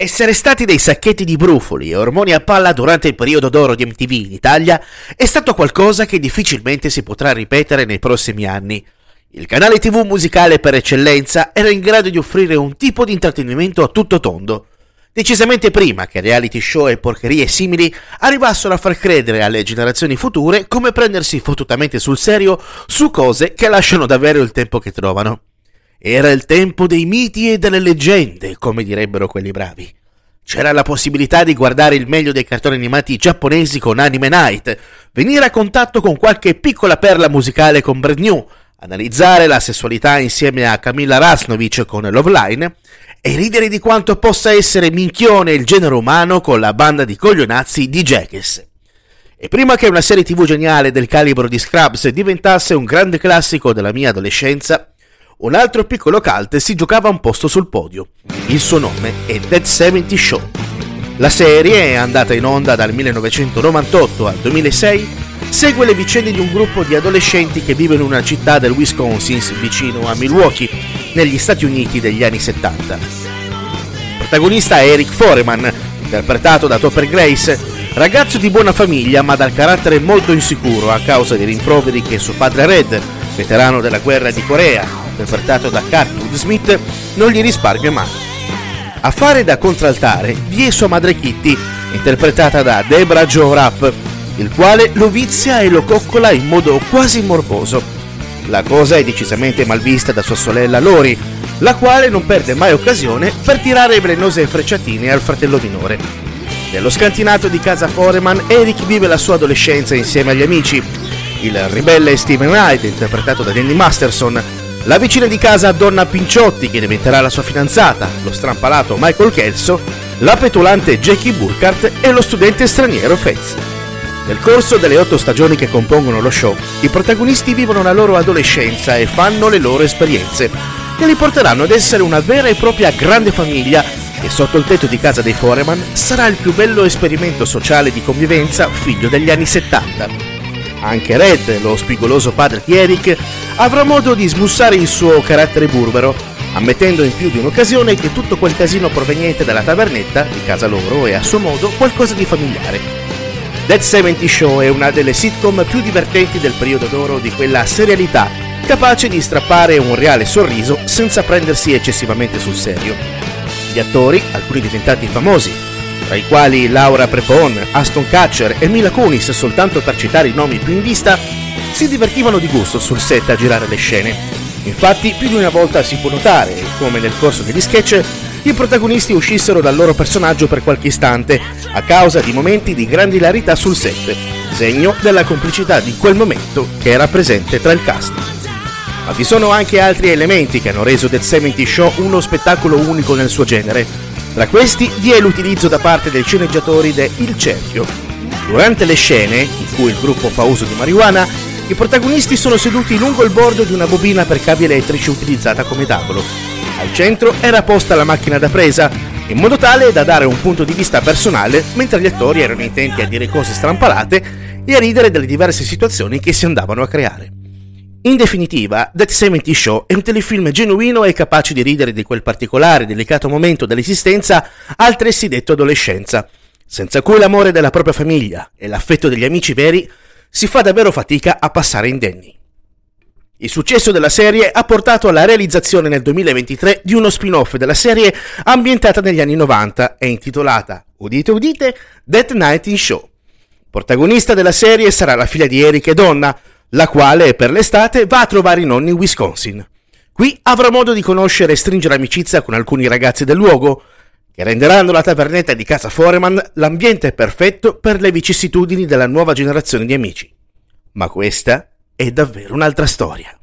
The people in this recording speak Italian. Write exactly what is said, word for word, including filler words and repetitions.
Essere stati dei sacchetti di brufoli e ormoni a palla durante il periodo d'oro di M T V in Italia è stato qualcosa che difficilmente si potrà ripetere nei prossimi anni. Il canale tivù musicale per eccellenza era in grado di offrire un tipo di intrattenimento a tutto tondo, decisamente prima che reality show e porcherie simili arrivassero a far credere alle generazioni future come prendersi fottutamente sul serio su cose che lasciano davvero il tempo che trovano. Era il tempo dei miti e delle leggende, come direbbero quelli bravi. C'era la possibilità di guardare il meglio dei cartoni animati giapponesi con Anime Night, venire a contatto con qualche piccola perla musicale con Brand New, analizzare la sessualità insieme a Camilla Rasnovic con Love Line e ridere di quanto possa essere minchione il genere umano con la banda di coglionazzi di Jackass. E prima che una serie tivù geniale del calibro di Scrubs diventasse un grande classico della mia adolescenza, un altro piccolo cult si giocava un posto sul podio. Il suo nome è That settanta Show. La serie, è andata in onda dal millenovecentonovantotto al duemilasei, segue le vicende di un gruppo di adolescenti che vivono in una città del Wisconsin vicino a Milwaukee, negli Stati Uniti degli anni settanta. Il protagonista è Eric Foreman, interpretato da Topher Grace, ragazzo di buona famiglia ma dal carattere molto insicuro a causa dei rimproveri che suo padre Red, veterano della guerra di Corea, interpretato da Kurtwood Smith, non gli risparmia mai. A fare da contraltare vi è sua madre Kitty, interpretata da Deborah Jo Rapp, il quale lo vizia e lo coccola in modo quasi morboso. La cosa è decisamente mal vista da sua sorella Lori, la quale non perde mai occasione per tirare velenose frecciatine al fratello minore. Nello scantinato di casa Foreman, Eric vive la sua adolescenza insieme agli amici, il ribelle Steven Wright, interpretato da Danny Masterson, la vicina di casa Donna Pinciotti, che diventerà la sua fidanzata, lo strampalato Michael Kelso, la petulante Jackie Burkhardt e lo studente straniero Fez. Nel corso delle otto stagioni che compongono lo show, i protagonisti vivono la loro adolescenza e fanno le loro esperienze, che li porteranno ad essere una vera e propria grande famiglia e sotto il tetto di casa dei Foreman sarà il più bello esperimento sociale di convivenza figlio degli anni settanta. Anche Red, lo spigoloso padre di Eric, avrà modo di smussare il suo carattere burbero, ammettendo in più di un'occasione che tutto quel casino proveniente dalla tavernetta di casa loro è a suo modo qualcosa di familiare. That settanta Show è una delle sitcom più divertenti del periodo d'oro di quella serialità, capace di strappare un reale sorriso senza prendersi eccessivamente sul serio. Gli attori, alcuni diventati famosi, tra i quali Laura Prepon, Aston Kutcher e Mila Kunis, soltanto per citare i nomi più in vista, si divertivano di gusto sul set a girare le scene. Infatti, più di una volta si può notare come nel corso degli sketch i protagonisti uscissero dal loro personaggio per qualche istante a causa di momenti di grande ilarità sul set, segno della complicità di quel momento che era presente tra il cast. Ma vi sono anche altri elementi che hanno reso That settanta Show uno spettacolo unico nel suo genere. Tra questi vi è l'utilizzo da parte dei sceneggiatori de Il Cerchio. Durante le scene, in cui il gruppo fa uso di marijuana, i protagonisti sono seduti lungo il bordo di una bobina per cavi elettrici utilizzata come tavolo. Al centro era posta la macchina da presa, in modo tale da dare un punto di vista personale mentre gli attori erano intenti a dire cose strampalate e a ridere delle diverse situazioni che si andavano a creare. In definitiva, That settanta Show è un telefilm genuino e capace di ridere di quel particolare, delicato momento dell'esistenza altresì detto adolescenza, senza cui l'amore della propria famiglia e l'affetto degli amici veri si fa davvero fatica a passare indenni. Il successo della serie ha portato alla realizzazione nel duemilaventitré di uno spin-off della serie ambientata negli anni novanta e intitolata, udite udite, That nineteen Show. Protagonista della serie sarà la figlia di Eric e Donna, la quale per l'estate va a trovare i nonni in Wisconsin. Qui avrà modo di conoscere e stringere amicizia con alcuni ragazzi del luogo, che renderanno la tavernetta di casa Foreman l'ambiente perfetto per le vicissitudini della nuova generazione di amici. Ma questa è davvero un'altra storia.